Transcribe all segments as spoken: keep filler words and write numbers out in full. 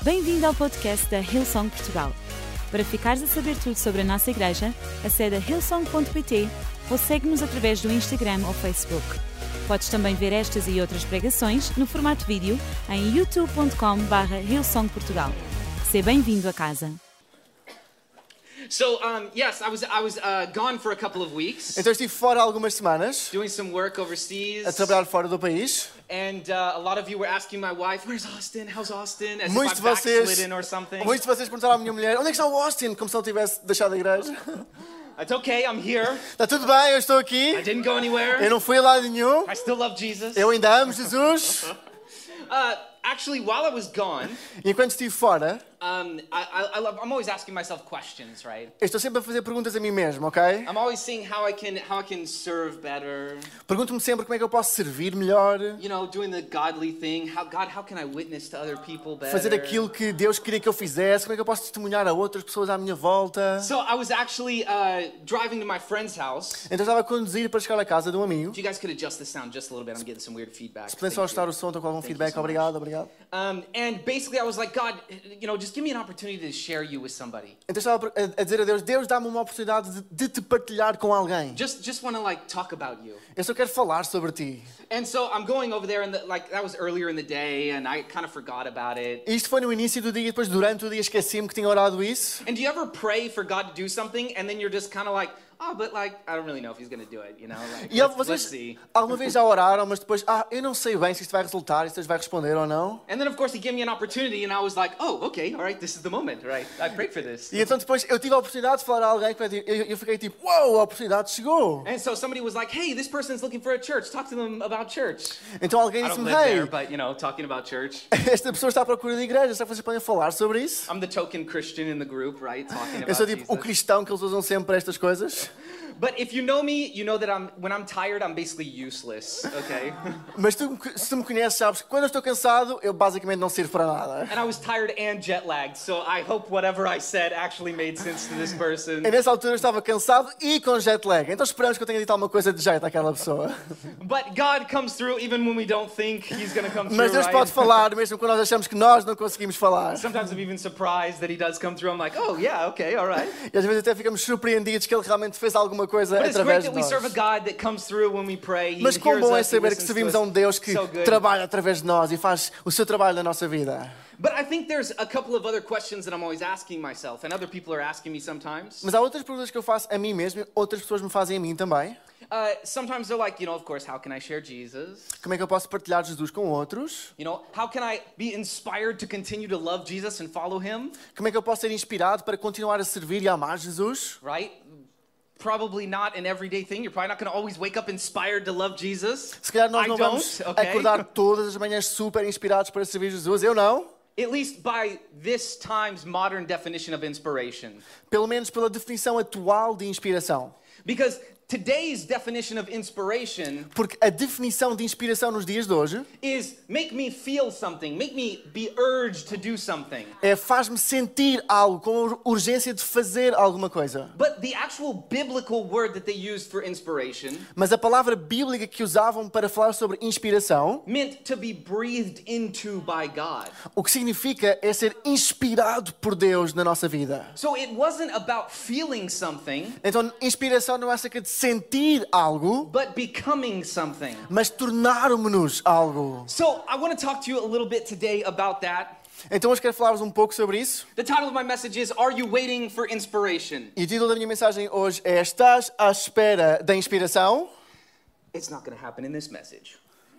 Bem-vindo ao podcast da Hillsong Portugal. Para ficares a saber tudo sobre a nossa igreja, acede a hillsong ponto pt ou segue-nos através do Instagram ou Facebook. Podes também ver estas e outras pregações no formato vídeo em youtube ponto com barra hillsong portugal. Seja bem-vindo a casa. So, um, yes, I was I was uh, gone for a couple of weeks, Então estive fora algumas semanas, doing some work overseas, a trabalhar fora do país. and uh, a lot of you were asking my wife, "Where's Austin? How's Austin?" As Muitos if de I'm vocês, backslidden or something. muitos de vocês perguntaram à minha mulher, onde é que está o Austin? Como se não tivesse deixado a igreja. It's okay, I'm here. Está tudo bem, eu estou I aqui. didn't go anywhere. Eu não fui a lado nenhum. I still love Jesus. Eu ainda amo Jesus. Uh, actually, while I was gone, E enquanto estive fora, um, I, I, I love, I'm always asking myself questions, right? eu estou sempre a fazer perguntas a mim mesmo, ok? I'm always seeing how I can how I can serve better. Pergunto-me sempre como é que eu posso servir melhor, You know, doing the godly thing. How God, how can I witness to other people better? fazer aquilo que Deus queria que eu fizesse, como é que eu posso testemunhar a outras pessoas à minha volta. So I was actually uh, driving to my friend's house. Então estava a conduzir para chegar à casa de um amigo. If you guys could adjust the sound just a little bit, I'm getting some weird feedback. Se pudem Thank só ajustar you. o som, estou com algum Thank you feedback. so much. Obrigado, obrigado. Um, and basically, I was like, God, you know, just give me an opportunity to share you with somebody. Então estava a a dizer a Deus, Deus dá-me uma oportunidade de, de te partilhar com alguém. Just, just want to like talk about you. Eu só quero falar sobre ti. And so I'm going over there, and the, like that was earlier in the day, and I kind of forgot about it. E isto foi no início do dia e depois durante o dia esqueci-me que tinha orado isso. And do you ever pray for God to do something, and then you're just kind of like, oh, but like I don't really know if He's going to do it, you know? Like, E let's, let's vocês see. alguma vez já oraram, mas depois, ah, eu não sei bem se isto vai resultar, se Deus vai responder ou não. And then of course He gave me an opportunity, and I was like, oh, okay, all right, this is the moment, right? I prayed for this. E então depois eu tive a oportunidade de falar a alguém que eu, eu fiquei tipo, uau, a oportunidade chegou. And so somebody was like, hey, this person's looking for a church. Talk to them about church. Então alguém I don't disse-me, live there, hey, but you know, talking about church. esta pessoa está à procura de igreja, será que vocês podem falar sobre isso? I'm the token Christian in the group, right? Talking about Eu sou tipo o Jesus. cristão que eles usam sempre para estas coisas. But if you know me, you know that I'm when I'm tired, I'm basically useless, okay? Mas tu, se tu me conheces, sabes que quando eu estou cansado, eu basicamente não sirvo para nada. And I was tired and jet lagged, so I hope whatever I said actually made sense to this person. E nessa altura eu estava cansado e com jet lag. Então esperamos que eu tenha dito alguma coisa de jeito àquela pessoa. But God comes through even when we don't think He's going to come through, Mas Deus right? pode falar mesmo quando nós achamos que nós não conseguimos falar. Sometimes I'm even surprised that He does come through. I'm like, oh yeah, okay, all right. E às vezes até ficamos surpreendidos que Ele realmente fez alguma coisa But it's great através de that we nós. serve a God that comes through when we pray. He Mas quão hears bom é us, he saber que listens servimos to a us. um Deus que So good. trabalha através de nós e faz o seu trabalho na nossa vida. But I think there's a couple of other questions that I'm always asking myself, and other people are asking me sometimes. Mas há outras perguntas que eu faço a mim mesmo, outras pessoas me fazem a mim também. Uh, sometimes they're like, you know, of course, how can I share Jesus? Como é que eu posso partilhar Jesus com outros? You know, how can I be inspired to continue to love Jesus and follow Him? Como é que eu posso ser inspirado para continuar a servir e a amar Jesus? Right? Probably not an everyday thing. You're probably not going to always wake up inspired to love Jesus. Se calhar nós I não don't, vamos okay? acordar todas as manhãs super inspirados para servir Jesus. Eu não. At least by this time's modern definition of inspiration. Pelo menos pela definição atual de inspiração. Because today's definition of inspiration Porque a definição de inspiração nos dias de hoje is make me feel something, make me be urged to do something. é faz-me sentir algo, com urgência de fazer alguma coisa. But the actual biblical word that they used for inspiration Mas a palavra bíblica que usavam para falar sobre inspiração, meant to be breathed into by God. o que significa é ser inspirado por Deus na nossa vida. So it wasn't about feeling something, Então, inspiração não é acerca de sentir algo, but becoming something. mas tornarmos-nos algo. So I want to talk to you a little bit today about that. Então hoje quero falar-vos um pouco sobre isso. The title of my message is, Are You Waiting for Inspiration? E o título da minha mensagem hoje é Estás à espera da inspiração? It's not going to happen in this message.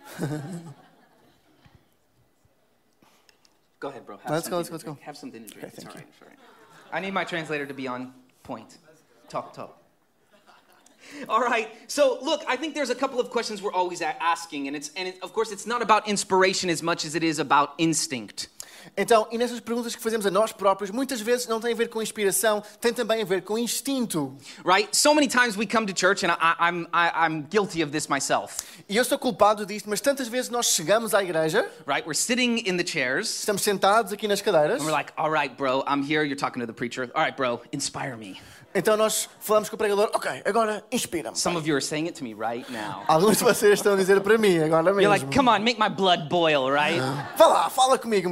Go ahead, bro. Have Let's go, something let's to go, drink. let's go. Have something to drink. Okay, It's thank all right, it's all right. I need my translator to be on point. Talk, talk. All right. So, look, I think there's a couple of questions we're always a- asking, and it's and it, of course it's not about inspiration as much as it is about instinct. Então, e nessas perguntas que fazemos a nós próprios, muitas vezes não tem a ver com inspiração, tem também a ver com instinto. Right? So many times we come to church, and I, I'm I, I'm guilty of this myself. E eu sou culpado disto, mas tantas vezes nós chegamos à igreja, Right? We're sitting in the chairs, estamos sentados aqui nas cadeiras, and we're like, "All right, bro, I'm here. You're talking to the preacher. All right, bro, inspire me." então nós falamos com o pregador, ok, agora inspira-me. Some of you are saying it to me right now. Alguns de vocês estão a dizer para mim agora You're mesmo. like, "Come on, make my blood boil," right? Vá lá, fala comigo um bocadinho.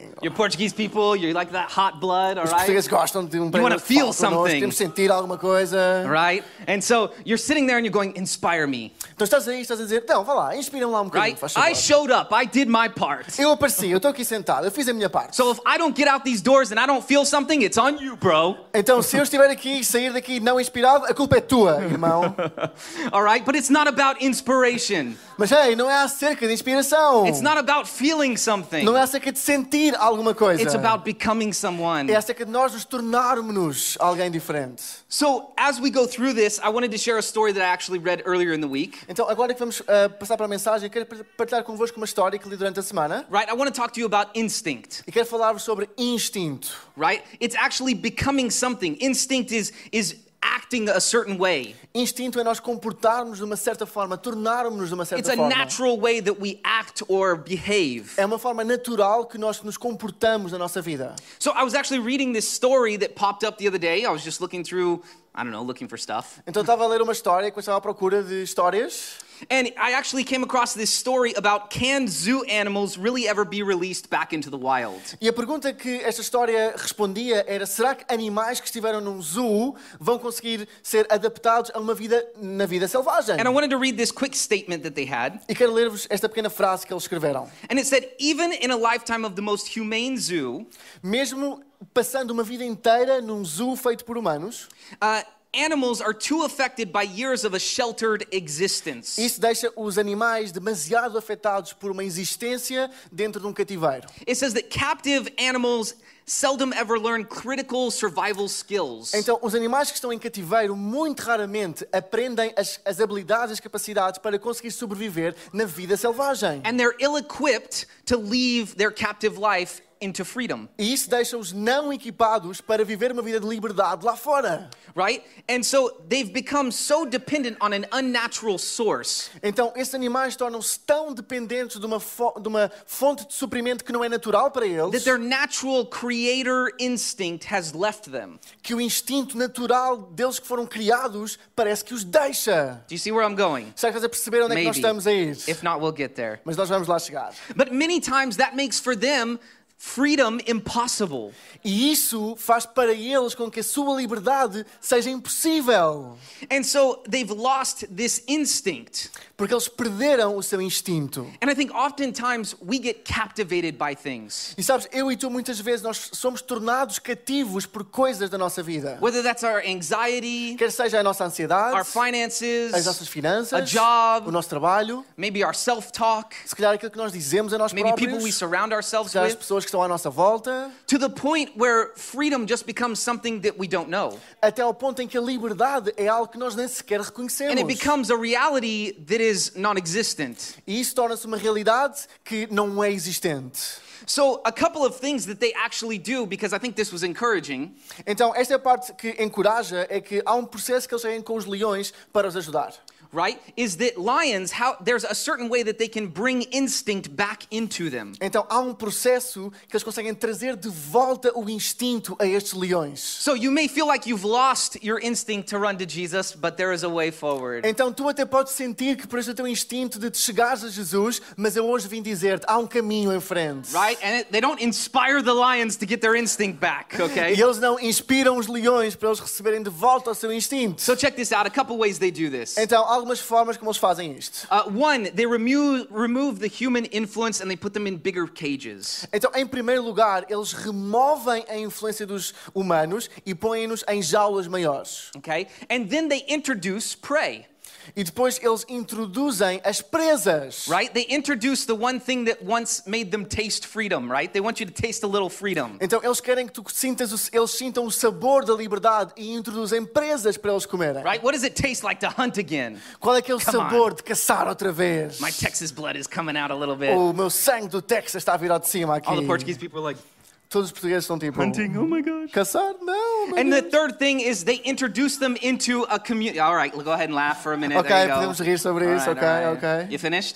You're Portuguese people, you like that hot blood, all Os right? portugueses gostam de um You wanna prémio feel forte connosco, something. queremos sentir alguma coisa. Right? And so you're sitting there and you're going, inspire me, Então estás aí, estás a dizer, não, vá lá, inspira-me lá um bocadinho, right? faz I favor. showed up, I did my part. Eu apareci, eu estou aqui sentado, eu fiz a minha parte. So if I don't get out these doors and I don't feel something, it's on you, bro. Então se eu estiver aqui e sair daqui não inspirado, a culpa é tua, irmão. All right? But it's not about inspiration. Mas ei, não é acerca de inspiração. It's not about feeling something. Não é acerca de sentir alguma coisa. It's about becoming someone. É acerca de nós nos tornarmos alguém diferente. So as we go through this, I wanted to share a story that I actually read earlier in the week. Então agora que vamos uh, passar para a mensagem, eu quero partilhar convosco uma história que li durante a semana. Right? I want to talk to you about instinct. E quero falar-vos sobre instinto. Right? It's actually becoming something. Instinct is is acting a certain way. Instinto é nós comportarmos de uma certa forma, tornarmos-nos de uma certa It's a forma. natural way that we act or behave. É uma forma natural que nós nos comportamos na nossa vida. So I was actually reading this story that popped up the other day. I was just looking through, I don't know, looking for stuff. Então eu estava a ler uma história, que eu estava à procura de histórias. And I actually came across this story about can zoo animals really ever be released back into the wild? E a pergunta que esta história respondia era: será que animais que estiveram num zoo vão conseguir ser adaptados a uma vida na vida selvagem? And I wanted to read this quick statement that they had. E quero ler-vos esta pequena frase que eles escreveram. And it said, even in a lifetime of the most humane zoo, Mesmo passando uma vida inteira num zoo feito por humanos, uh, animals are too affected by years of a sheltered existence. isso deixa os animais demasiado afetados por uma existência dentro de um cativeiro. It says that captive animals seldom ever learn critical survival skills. Então, os animais que estão em cativeiro muito raramente aprendem as, as habilidades, as capacidades para conseguir sobreviver na vida selvagem. And they're ill-equipped to leave their captive life into freedom. E isso deixa-os não equipados para viver uma vida de liberdade lá fora. Right? And so they've become so dependent on an unnatural source Então, esses animais tornam-se tão dependentes de uma, fo- de uma fonte de suprimento que não é natural para that eles, their natural creator instinct has left them. que o instinto natural deles que foram criados parece que os deixa. Do you see where I'm going? Será que estás a perceber onde é que nós Maybe. estamos a ir? If not, we'll get there. Mas nós vamos lá chegar. But many times that makes for them freedom impossible. E isso faz para eles com que a sua liberdade seja impossível. And so they've lost this instinct. Porque eles perderam o seu instinto. And I think oftentimes we get captivated by things. E sabes, eu e tu muitas vezes nós somos tornados cativos por coisas da nossa vida. Whether that's our anxiety, Quer seja a nossa ansiedade, our finances, as nossas finanças, a job, o nosso trabalho, maybe our self-talk, se calhar aquilo que nós dizemos a nós maybe people we próprios, surround ourselves se calhar as with, pessoas que estão à nossa volta, to the point where freedom just becomes something that we don't know. até ao ponto em que a liberdade é algo que nós nem sequer And it reconhecemos. becomes a reality that is non-existent. E isso torna-se uma realidade que não é existente. So a couple of things that they actually do, because I think this was encouraging, Então, esta é a parte que encoraja, é que há um processo que eles têm com os leões para os ajudar. right, is that lions, how there's a certain way that they can bring instinct back into them. Então, há um processo que eles conseguem trazer de volta o instinto a estes leões. So you may feel like you've lost your instinct to run to Jesus, but there is a way forward. Então, tu até podes sentir que por isso o teu instinto de te chegares a Jesus, mas eu hoje vim dizer-te, há um caminho em frente. Right? And it, they don't inspire the lions to get their instinct back, okay? E eles não inspiram os leões para eles receberem de volta o seu instinto. So check this out, a couple ways they do this. Então, há algumas formas como eles fazem isto. Uh, one, they remove, remove the human influence and they put them in bigger cages. Então, em primeiro lugar, eles removem a influência dos humanos e põem-nos em jaulas maiores. Okay? And then they introduce prey. E depois eles introduzem as presas. Right? They introduce the one thing that once made them taste freedom, right? They want you to taste a little freedom. Então eles querem que tu sintas, o, eles sintam o sabor da liberdade e introduzem presas para eles comerem. Right? What does it taste like to hunt again? Qual é aquele Come sabor on. de caçar outra vez? My Texas blood is coming out a little bit. O meu sangue do Texas está a vir ao de cima aqui. All the Portuguese people are like, Todos os portugueses estão tipo... hunting, oh my gosh. Caçar? Não, meu And the Deus. third thing is they introduce them into a community. All right, go ahead and laugh for a minute. Ok, there you go. podemos rir sobre All isso, right, ok, all right. ok. You finished?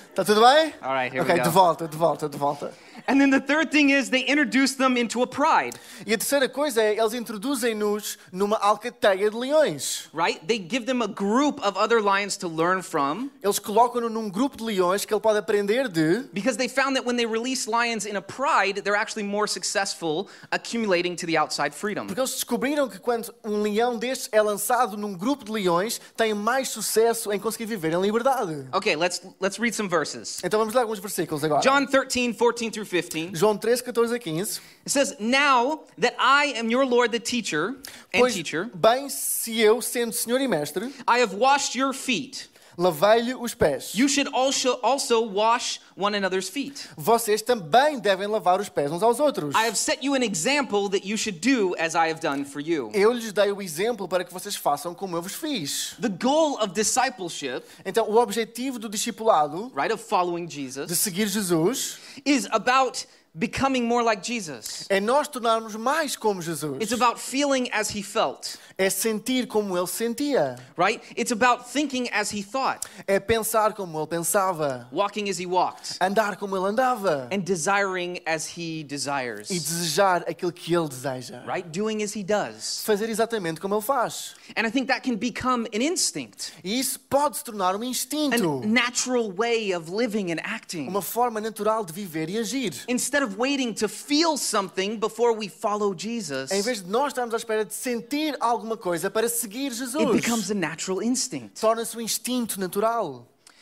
Está tudo bem? All right, here ok, we go. de volta, de volta, de volta. And then the third thing is they introduce them into a pride, E a terceira coisa é, eles introduzem-nos numa alcateia de leões. right? They give them a group of other lions to learn from Eles colocam-no num grupo de leões que ele pode aprender de... because they found that when they release lions in a pride, they're actually more successful accumulating to the outside freedom. Porque eles descobriram que quando um leão destes é lançado num grupo de leões, tem mais sucesso em conseguir viver em liberdade. Okay, let's let's read some verses. Então vamos ler alguns versículos agora. John thirteen, fourteen through fifteen. João treze, catorze a quinze. It says, "Now that I am your Lord the teacher and Pois teacher, bem, se eu, sendo Senhor e Mestre, I have washed your feet. lavei-lhe os pés. You should also also wash one another's feet. Vocês também devem lavar os pés uns aos outros. I have set you an example that you should do as I have done for you." Eu lhes dei o exemplo para que vocês façam como eu vos fiz. The goal of discipleship, Então, o objetivo do discipulado, right, of following de Jesus, seguir Jesus, is about becoming more like Jesus. é nós tornarmos mais como Jesus. It's about feeling as he felt, É sentir como ele sentia. right? It's about thinking as he thought, É pensar como ele pensava. walking as he walked, Andar como ele andava. and desiring as he E desires, desejar aquilo que ele deseja. right? Doing as he does. Fazer exatamente como ele faz. And I think that can become an instinct, E isso pode se tornar um instinto. a natural way of living and acting. Uma forma natural de viver e agir. Instead of waiting to feel something before we follow Jesus, Em vez de nós estarmos à espera de sentir alguma coisa para seguir Jesus, it becomes a natural instinct. torna-se um instinto natural.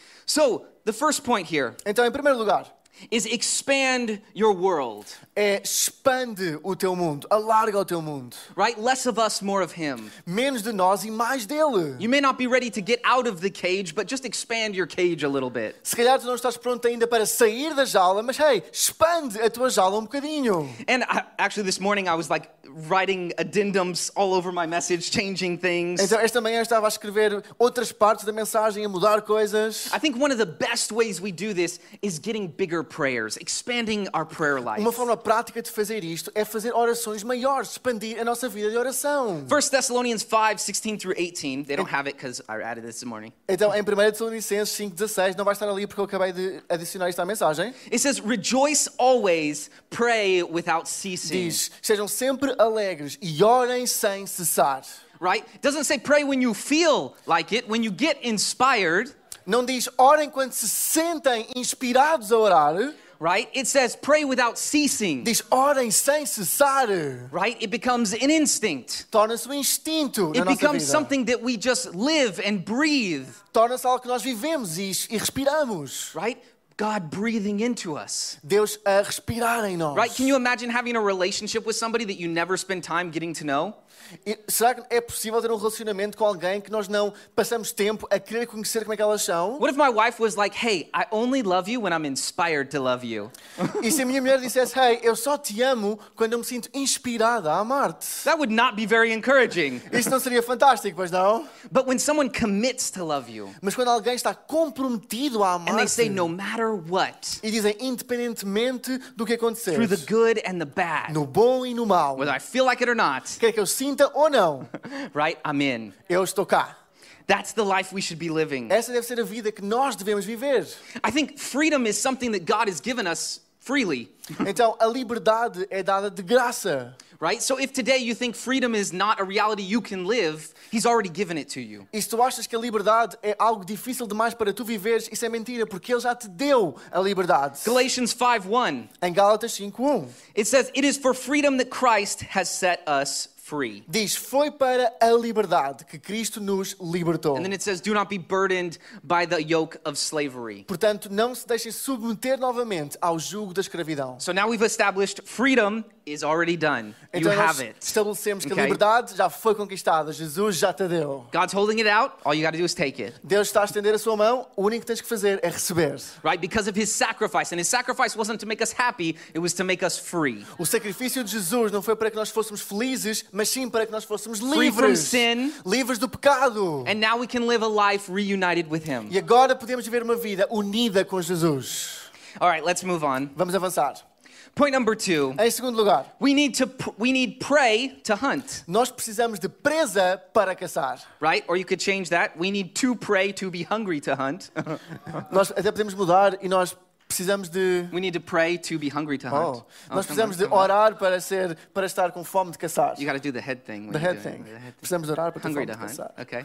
So, the first point here Então, em primeiro lugar, is expand your world, é expande o teu mundo, alarga o teu mundo. right? Less of us, more of him. Menos de nós e mais dele. You may not be ready to get out of the cage, but just expand your cage a little bit. Se calhar tu não estás pronto ainda para sair da jaula, mas hey, expande a tua jaula um bocadinho. And I, actually this morning I was like writing addendums all over my message, changing things. Então, esta manhã eu estava a escrever outras partes da mensagem, a mudar coisas. I think one of the best ways we do this is getting bigger prayers, expanding our prayer life. Uma forma prática de fazer isto é fazer orações maiores, expandir a nossa vida de oração. First Thessalonians five, sixteen through eighteen. They don't have it because I added this this morning. Então, em primeira Tessalonicenses cinco, dezasseis, não vai estar ali porque eu acabei de adicionar isto à mensagem. It says, "Rejoice always, pray without ceasing." Diz, sejam sempre alegres e orem sem cessar. Right? It doesn't say pray when you feel like it, when you get inspired, Não diz orem quando se sentem inspirados a orar. right? It says pray without ceasing, Diz orem sem cessar. right? It becomes an instinct. Torna-se um instinto na It nossa becomes vida. something that we just live and breathe, Torna-se algo que nós vivemos e, e respiramos. right? God breathing into us. Deus a respirar em nós. Right? Can you imagine having a relationship with somebody that you never spend time getting to know? E será que é possível ter um relacionamento com alguém que nós não passamos tempo a querer conhecer como é que elas são? What if my wife was like, "Hey, I only love you when I'm inspired to love you." E se a minha mulher dissesse, hey, eu só te amo quando eu me sinto inspirada a amar-te? That would not be very encouraging. Isso não seria fantástico, pois não? But when someone commits to love you Mas quando alguém está comprometido a and they say amar-te no matter what, e dizem independentemente do que acontecer, through the good and the bad, no bom e no mau, whether I feel like it or not, quer que eu sinta ou não, right? I'm in. eu estou cá. That's the life we should be living. Essa deve ser a vida que nós devemos viver. I think freedom is something that God has given us freely, Então, a liberdade é dada de graça. right? So if today you think freedom is not a reality you can live, He's already given it to you. E se tu achas que a liberdade é algo difícil demais para tu viveres, isso é mentira, porque Ele já te deu a liberdade. Galatians five one, Em Gálatas cinco um, it says, "It is for freedom that Christ has set us free." diz, foi para a liberdade que Cristo nos libertou. And then it says, "Do not be burdened by the yoke of slavery." Portanto, não se deixem submeter novamente ao jugo da escravidão. So now we've established freedom is already done. You Então nós have it. estabelecemos que Okay. a liberdade já foi conquistada. Jesus já te deu. God's holding it out. All you got to do is take it. Deus está a estender a sua mão. O único que tens que fazer é receber. Right? Because of His sacrifice. And His sacrifice wasn't to make us happy. It was to make us free. O sacrifício de Jesus não foi para que nós fôssemos felizes, mas sim para que nós fôssemos Free from livres. sin. Livres do pecado. And now we can live a life reunited with Him. E agora podemos viver uma vida unida com Jesus. All right, let's move on. Vamos avançar. Point number two. Em segundo lugar, We need to pr- we need prey to hunt, nós precisamos de presa para caçar. right? Or you could change that. We need to prey to be hungry to hunt. Nós até podemos mudar e nós precisamos de... We need to pray to be hungry to hunt. Oh, Oh, nós come on, precisamos de come on. orar para ser, para estar com fome de caçar. You got to do the head thing. when The you head do it. thing. The head thing. Precisamos de orar para ter Hungry fome to de hunt. caçar. Okay.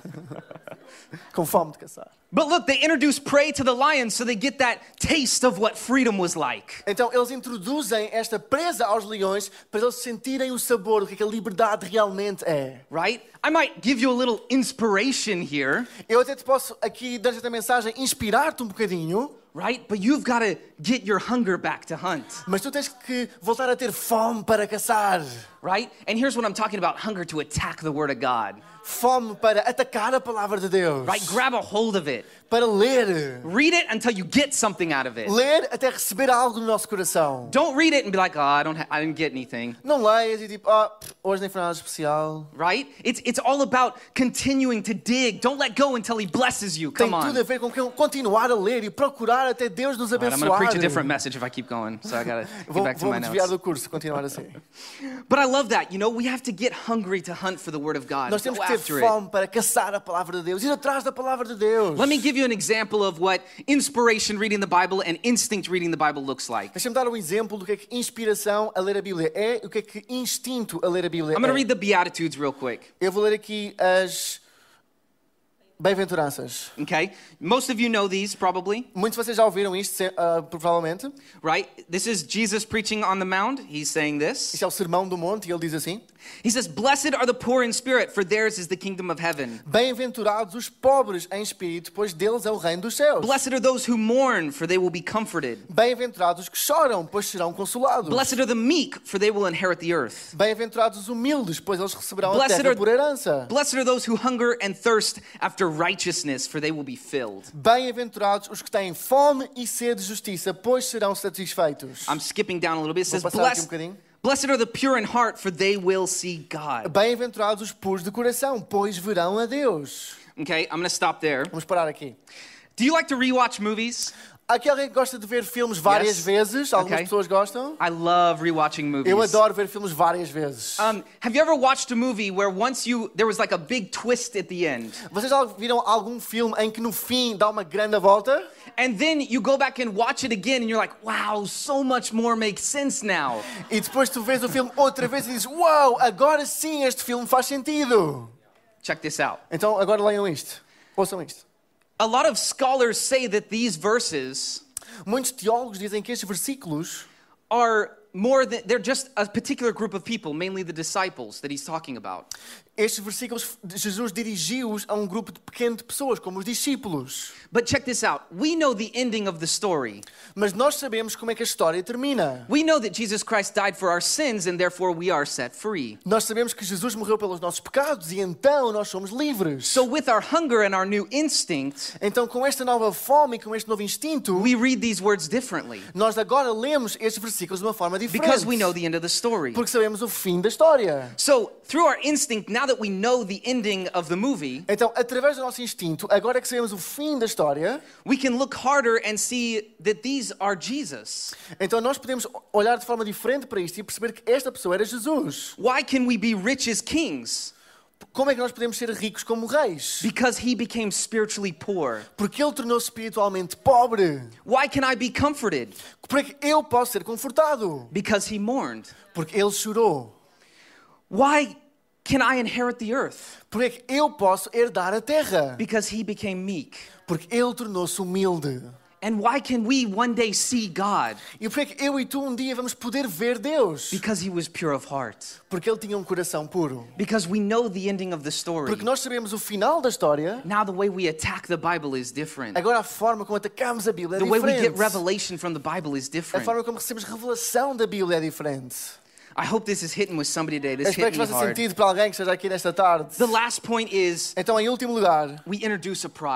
Com fome de caçar. But look, they introduce prey to the lions so they get that taste of what freedom was like. Então eles introduzem esta presa aos leões para eles sentirem o sabor do que, é que a liberdade realmente é. Right? I might give you a little inspiration here, Eu até te posso aqui dar esta mensagem, inspirar-te um bocadinho, right? But you've got to get your hunger back to hunt, mas tu tens que voltar a ter fome para caçar. right? And here's what I'm talking about, hunger to attack the word of God, Fome para atacar a palavra de Deus. right? Grab a hold of it. Para ler. Read it until you get something out of it. Ler até receber algo no nosso coração. Don't read it and be like, oh, I don't ha- I didn't get anything, Não leias e tipo, ah, hoje nem foi nada especial. right? It's it's all about continuing to dig. Don't let go until he blesses you. Tem Come on. tudo a ver com que continuar a ler e procurar até Deus nos All right, I'm abençoar. going to preach a different message if I keep going, so I got to get Vou, back to vou my me desviar notes. do curso, continuar assim. But I love that. You know, we have to get hungry to hunt for the word of God. Nós temos Go que ter after it. fome para caçar a palavra de Deus, ir atrás da palavra de Deus. Let me give you an example of what inspiration reading the Bible and instinct reading the Bible looks like. Deixa-me dar um exemplo do que é que inspiração a ler a Bíblia é e o que é que instinto a ler a Bíblia I'm going to é. read the Beatitudes real quick, Eu vou ler aqui as bem-aventuranças. okay? Most of you know these probably, Muitos de vocês já ouviram isto, se- ah, provavelmente. right? This is Jesus preaching on the Mount. He's saying this. Isto é o Sermão do Monte e ele diz assim: He says, "Blessed are the poor in spirit, for theirs is the kingdom of heaven. Bem-aventurados os pobres em espírito, pois deles é o reino dos céus. Blessed are those who mourn, for they will be comforted. Bem-aventurados os que choram, pois serão consolados. Blessed are the meek, for they will inherit the earth. Bem-aventurados os humildes, pois eles receberão a Blessed terra are- por herança. Blessed are those who hunger and thirst after righteousness, for they will be filled." Bem-aventurados os que têm fome e sede de justiça, pois serão satisfeitos. I'm skipping down a little bit. It says, Vou passar aqui um blessed, bocadinho. blessed are the pure in heart, for they will see God. Bem-aventurados os puros de coração, pois verão a Deus. Okay, I'm going to stop there. Vamos parar aqui. Do you like to rewatch movies? Há aqui alguém que gosta de ver filmes várias Yes. vezes? Algumas Okay. pessoas gostam? I love rewatching movies. Eu adoro ver filmes várias vezes. Um, have you ever watched a movie where once you, there was like a big twist at the end, Vocês já viram algum filme em que no fim dá uma grande volta? and then you go back and watch it again and you're like, wow, so much more makes sense now. E depois tu vês o filme outra vez e dizes: Uau, agora sim este filme faz sentido. Check this out. Então agora leiam isto. Ouçam isto. A lot of scholars say that these verses Muitos teólogos dizem que estes versículos are more than, they're just a particular group of people, mainly the disciples that he's talking about. Estes versículos, Jesus dirigiu-os a um grupo de pequeno de pessoas, como os discípulos. But check this out. We know the ending of the story. Mas nós sabemos como é que a história termina. We know that Jesus Christ died for our sins and therefore we are set free. Nós sabemos que Jesus morreu pelos nossos pecados e então nós somos livres. So with our hunger and our new instinct, Então com esta nova fome e com este novo instinto, we read these words differently nós agora lemos estes versículos de uma forma diferente. because we know the end of the story. Porque sabemos o fim da história. So through our instinct, now that we know the ending of the movie, Então, através do nosso instinto, agora que sabemos o fim da história, we can look harder and see that these are Jesus. então nós podemos olhar de forma diferente para isto e perceber que esta pessoa era Jesus. Why can we be rich as kings? Como é que nós podemos ser ricos como reis? Because he became spiritually poor. Porque ele tornou-se espiritualmente pobre. Why can I be comforted? Porque eu posso ser confortado. Because he mourned. Porque ele chorou. Why can I inherit the earth? Porque é que eu posso herdar a terra? Because he became meek. Porque ele tornou-se humilde. And why can we one day see God? E porque é que eu e tu um dia vamos poder ver Deus? Because he was pure of heart. Porque ele tinha um coração puro. Because we know the ending of the story. Porque nós sabemos o final da história. Now the way we attack the Bible is different. Agora a forma como atacamos a Bíblia é The way we get diferente. revelation from the Bible is A different. forma como recebemos revelação da Bíblia é diferente. I hope this is hitting with somebody today. Eu This espero hit que me faça hard. sentido para alguém que esteja aqui nesta tarde. The last point is Então, em último lugar, we introduce a pride.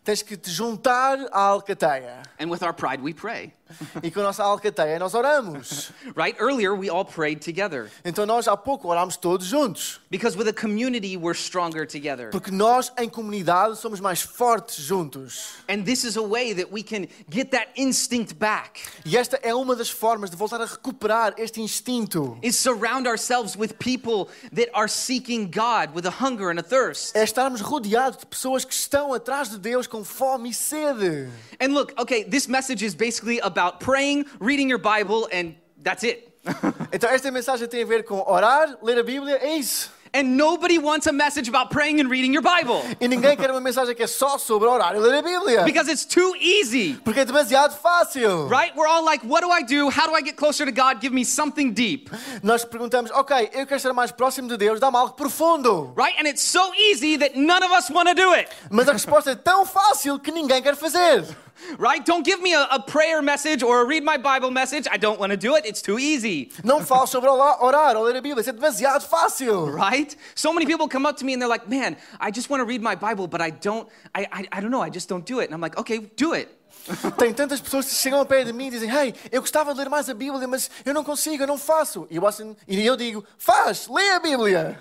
Tens que te juntar à alcateia. And with our pride, we pray. E com a nossa alcateia nós oramos. Right? Earlier, we all prayed together. Então nós há pouco orámos todos juntos. Because with a community, we're stronger together. Porque nós, em comunidade, somos mais fortes juntos. And this is a way that we can get that instinct back. E esta é uma das formas de voltar a recuperar este instinto. Is surround ourselves with people that are seeking God with a hunger and a thirst. É estarmos rodeados de pessoas que estão atrás de Deus com fome e sede. And look, okay, this message is basically about praying, reading your Bible, and that's it. Então esta mensagem tem a ver com orar, ler a Bíblia, é isso. And nobody wants a message about praying and reading your Bible. E ninguém quer uma mensagem que é só sobre orar e ler a Bíblia. Because it's too easy. Porque é demasiado fácil. Right? We're all like, what do I do? How do I get closer to God? Give me something deep. Nós perguntamos, ok, eu quero estar mais próximo de Deus, dá-me algo profundo. Right? And it's so easy that none of us want to do it. Mas a resposta é tão fácil que ninguém quer fazer. Right? Don't give me a, a prayer message or a read my Bible message. I don't want to do it. It's too easy. Não falo sobre orar ou ler a Bíblia, isso é demasiado fácil. Right? So many people come up to me and they're like, man, I just want to read my Bible, but I don't, I, I, I don't know, I just don't do it. And I'm like, okay, do it. Tem tantas pessoas que chegam ao pé de mim e dizem, hey, eu gostava de ler mais a Bíblia, mas eu não consigo, eu não faço. E eu, assim, e eu digo, faz, lê a Bíblia.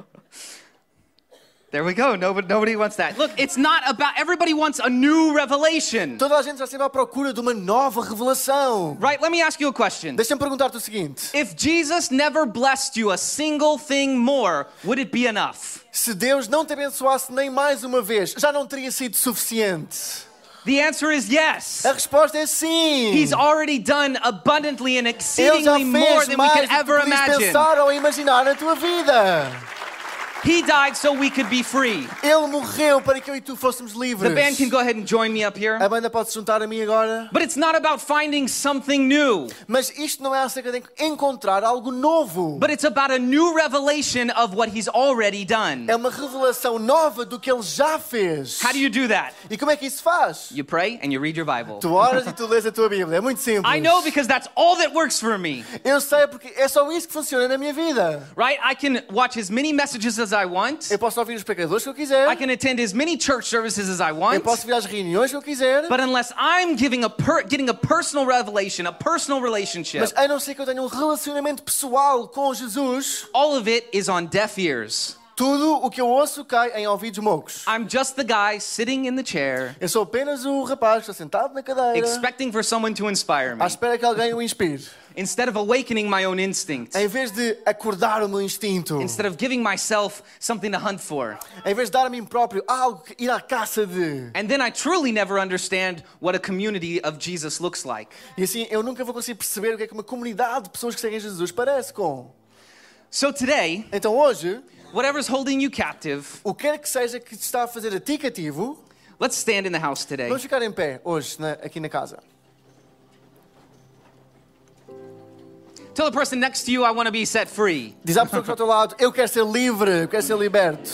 There we go. Nobody, nobody wants that. Look, it's not about, everybody wants a new revelation. Toda a gente está sempre à procura de uma nova revelação. Right? Let me ask you a question. Deixa-me perguntar-te o seguinte. If Jesus never blessed you a single thing more, would it be enough? Se Deus não te abençoasse nem mais uma vez, já não teria sido suficiente? The answer is yes. A resposta é sim. He's already done abundantly and Ele já exceedingly more fez than we mais could do que ever podias imagine. pensar ou imaginar na tua vida. He died so we could be free. Ele morreu para que eu e tu fôssemos livres. The band can go ahead and join me up here. A banda pode se juntar a mim agora. But it's not about finding something new. Mas isto não é acerca de encontrar algo novo. But it's about a new revelation of what he's already done. É uma revelação nova do que ele já fez. How do you do that? E como é que isso se faz? You pray and you read your Bible. Tu oras e tu lês a tua Bíblia. É muito simples. I know because that's all that works for me. Eu sei porque é só isso que funciona na minha vida. Right? I can watch as many messages as I want. Eu posso ouvir os pregadores que eu quiser. I can attend as many church services as I Eu want. posso vir às reuniões que eu quiser. But unless I'm giving a per, getting a personal revelation, a personal relationship, Mas a não ser que eu tenha um relacionamento pessoal com Jesus, all of it is on deaf ears. tudo o que eu ouço cai em ouvidos moucos. I'm just the guy sitting in the chair, Eu sou apenas o rapaz que está sentado na cadeira, expecting for someone to inspire me, à espera que alguém o inspire. instead of awakening my own instinct, Em vez de acordar o meu instinto, instead of giving myself something to hunt for. em vez de dar a mim próprio algo que ir à caça de. And then I truly never understand what a community of Jesus looks like. E assim eu nunca vou conseguir perceber o que é que uma comunidade de pessoas que seguem Jesus parece com. So today, Então hoje, whatever's holding you captive, o que quer que seja que te está a fazer a ti cativo, let's stand in the house today. vamos ficar em pé hoje na, aqui na casa. Tell the person next to you, I want to be set free. Diz à pessoa que está ao teu lado, eu quero ser livre, eu quero ser liberto.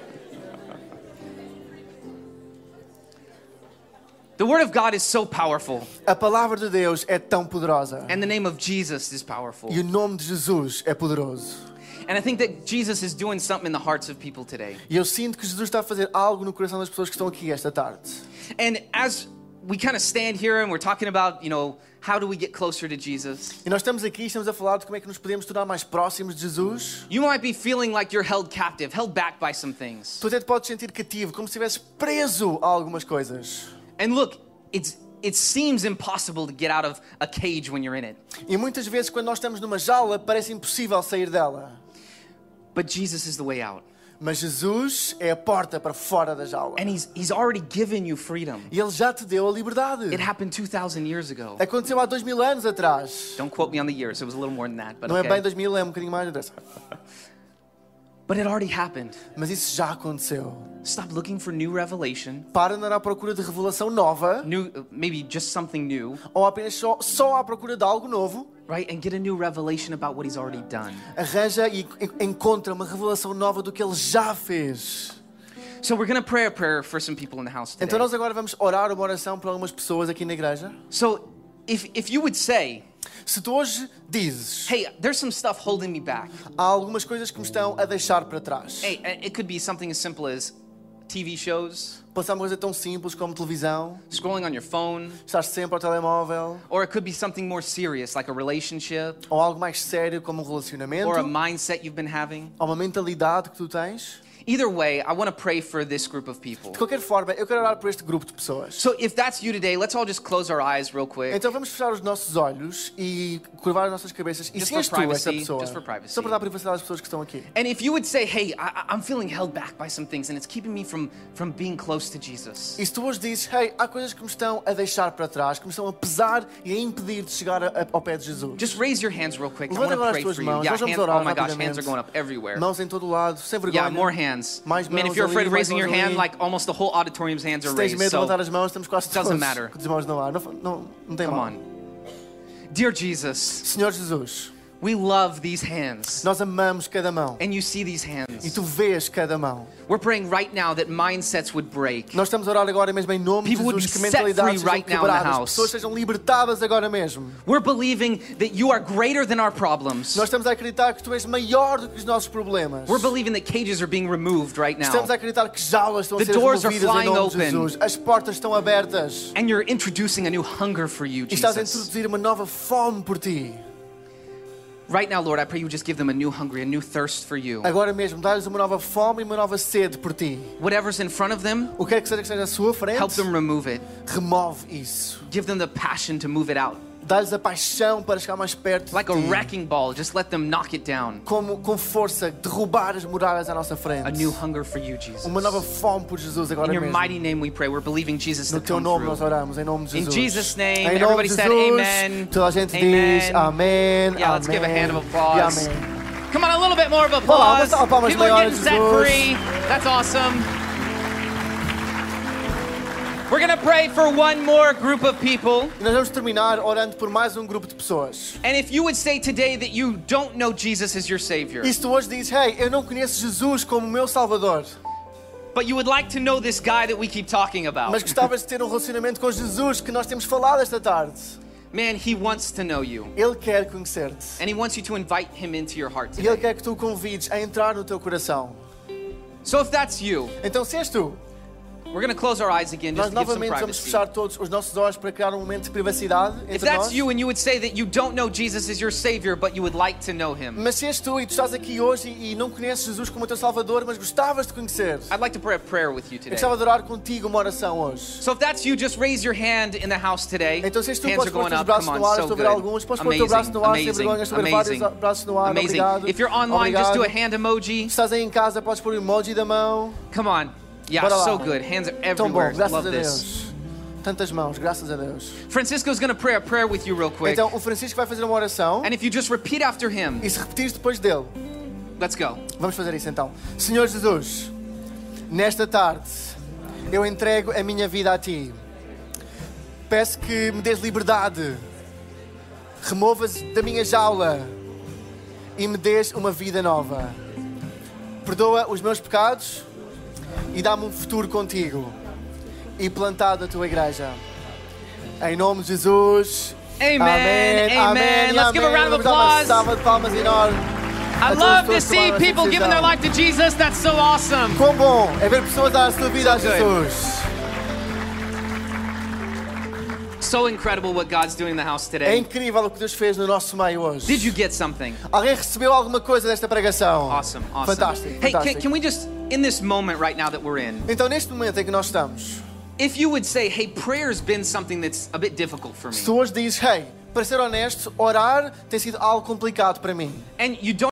The word of God is so powerful, A palavra de Deus é tão poderosa. and the name of Jesus is powerful. E o nome de Jesus é poderoso. And I think that Jesus is doing something in the hearts of people today. E eu sinto que Jesus está a fazer algo no coração das pessoas que estão aqui esta tarde. And as we kind of stand here and we're talking about, you know, how do we get closer to Jesus? E nós estamos aqui e estamos a falar de como é que nos podemos tornar mais próximos de Jesus. You might be feeling like you're held captive, held back by some things. Tu até te podes sentir cativo, como se estivesses preso a algumas coisas. And look, it's it seems impossible to get out of a cage when you're in it. E muitas vezes quando nós estamos numa jaula parece impossível sair dela. But Jesus is the way out. Mas Jesus é a porta para fora da jaula. And he's he's already given you freedom. E Ele já te deu a liberdade. It happened two thousand years ago. Aconteceu há dois mil anos atrás. Don't quote me on the years. It was a little more than that, but Não é bem okay. dois mil, é um bocadinho mais atrás. But it already happened. Mas isso já aconteceu. Stop looking for new revelation, Para de andar à procura de revelação nova, new maybe just something new, ou apenas só, só à procura de algo novo. right? And get a new revelation about what he's already done. Arranja e en- encontra uma revelação nova do que Ele já fez. So we're going to pray a prayer for some people in the house today. Então nós agora vamos orar uma oração para algumas pessoas aqui na igreja. So if if you would say, Se tu hoje dizes, hey, there's some stuff holding me back. há algumas coisas que me estão a deixar para trás. Hey, it could be something as simple as T V shows, Passar uma coisa tão simples como televisão, scrolling on your phone, estar sempre ao telemóvel, or it could be something more serious like a relationship ou algo mais sério como um relacionamento, or a mindset you've been having. ou uma mentalidade que tu tens. Either way, I want to pray for this group of people. De qualquer forma, eu quero orar por este grupo de pessoas. So if that's you today, let's all just close our eyes real quick. Então vamos fechar os nossos olhos e curvar as nossas cabeças. E Just se for és tu essa privacy, pessoa, just for privacy. só para dar privacidade às pessoas que estão aqui. And if you would say, hey, I, I'm feeling held back by some things and it's keeping me from, from being close to Jesus. E se tu hoje dizes, hey, há coisas que me estão a deixar para trás, que me estão a pesar e a impedir de chegar a, a, ao pé de Jesus. Just raise your hands real quick. I Levanta want to agora as pray tuas for you. mãos. Yeah, Nós vamos hand, orar oh my gosh, rapidamente. hands are going up everywhere. Mãos em todo lado, sem vergonha. Yeah, more hands. Mais I mean, mãos if you're ali, afraid of mais raising your mãos hand, ali. like almost the whole auditorium's hands are Se tens raised. medo de So, levantar as mãos, estamos quase todos Doesn't matter. com as mãos no ar. Não, não, não tem come mal. on. Dear Jesus, Senhor Jesus, we love these hands. nós amamos cada mão. And you see these E hands. tu vês cada mão. We're praying right now that mindsets would break. Nós estamos a orar agora mesmo em nome de People would Jesus, que be set mentalidades free sejam right now in the quebradas, house. pessoas sejam libertadas agora mesmo. We're believing that you are greater than our problems. Nós estamos a acreditar que tu és maior do que os nossos problemas. We're believing that cages are being removed right now. Estamos a acreditar que jaulas estão a The ser doors are removidas em flying nome de open. Jesus. As portas estão abertas. And you're introducing a new hunger for you, E estás a Jesus. introduzir uma nova fome por ti. Right now, Lord, I pray you would just give them a new hunger, a new thirst for you. Agora mesmo, dá-lhes uma nova fome e uma nova sede por ti. Whatever's in front of them, O que é que seja que esteja à sua frente, help them remove it. remove isso. Give them the passion to move it out. Dá-lhes a paixão para chegar mais perto Like a de ti. wrecking ball, just let them knock it down. Como, com força, derrubar as muralhas à nossa frente. A new hunger for you, Jesus. Uma nova fome por Jesus agora In your mesmo. mighty name we pray. We're believing Jesus No to teu come nome through. nós oramos, em nome de In Jesus. Jesus' name, Em nome everybody de said Jesus, amen. toda a gente Amen. diz amém, Yeah, let's give a amém hand of applause. e amém. Come on, a little bit more of lá, applause. uma salva de palmas People are maior, getting set Jesus. free. That's awesome. We're going to pray for one more group of people. E nós vamos terminar orando por mais um grupo de pessoas. And if you would say today that you don't know Jesus as your Savior, E se tu hoje dizes, hey, eu não conheço Jesus como meu Salvador, but you would like to know this guy that we keep talking about, mas gostavas de ter um relacionamento com Jesus que nós temos falado esta tarde, man, he wants to know you. Ele quer conhecer-te. And he wants you to invite him into your heart E Ele today. quer que tu o convides a entrar no teu coração. So if that's you, Então, se és tu, we're going to close our eyes again just nós to give some novamente vamos privacy. fechar todos os nossos olhos para criar um momento de privacidade If entre that's nós. you and you would say that you don't know Jesus as your Savior, but you would like to know him, Mas se és tu e tu estás aqui hoje e não conheces Jesus como teu Salvador, mas gostavas de conhecer, I'd like to pray a prayer with you eu today. gostava de orar contigo uma oração hoje. So if that's you, just raise your hand in the house today. Então, se és tu, Hands podes are pôr os going teus up. braços Come no on, ar, so estou a ver good. alguns. Podes pôr o teu braço no ar, sem Amazing, vergonha, estou a ver amazing, vários braços no ar. amazing. Obrigado. If you're online, just do a Obrigado. hand emoji. Se estás aí em casa, podes pôr o emoji da mão. Come on. Yeah, Bora lá. so good. Hands are Tão bom, everywhere. graças Love a this. Deus. Tantas mãos, graças a Deus. Francisco's going to pray a prayer with you real quick. Então, o Francisco vai fazer uma oração. And if you just repeat after him, E se repetires depois dele, let's go. vamos fazer isso então. Senhor Jesus, nesta tarde, eu entrego a minha vida a Ti. Peço que me dês liberdade. Removas da minha jaula e me dês uma vida nova. Perdoa os meus pecados e dá-me um futuro contigo e plantado a Tua igreja. Em nome de Jesus. Amen, Amém. amen. Amém. Let's give a round of Vamos dar uma applause. salva de palmas enorme. I a todas love as to pessoas see tomaram essa people giving their decisão. life to Jesus. That's so awesome. Quão bom é ver pessoas dar a sua vida a So good. Jesus. So incredible what God's doing in the house É today. incrível o que Deus fez no nosso meio hoje. Did you get something? Alguém recebeu alguma coisa desta pregação? Awesome, awesome. Fantástico, Hey, can, fantástico. can we just, in this moment right now that we're in, Então, neste momento em que nós estamos, if you would say, hey, prayer's been something that's a bit difficult for me, se tu hoje dizes, hey, para ser honesto, orar tem sido algo complicado para mim. and you don't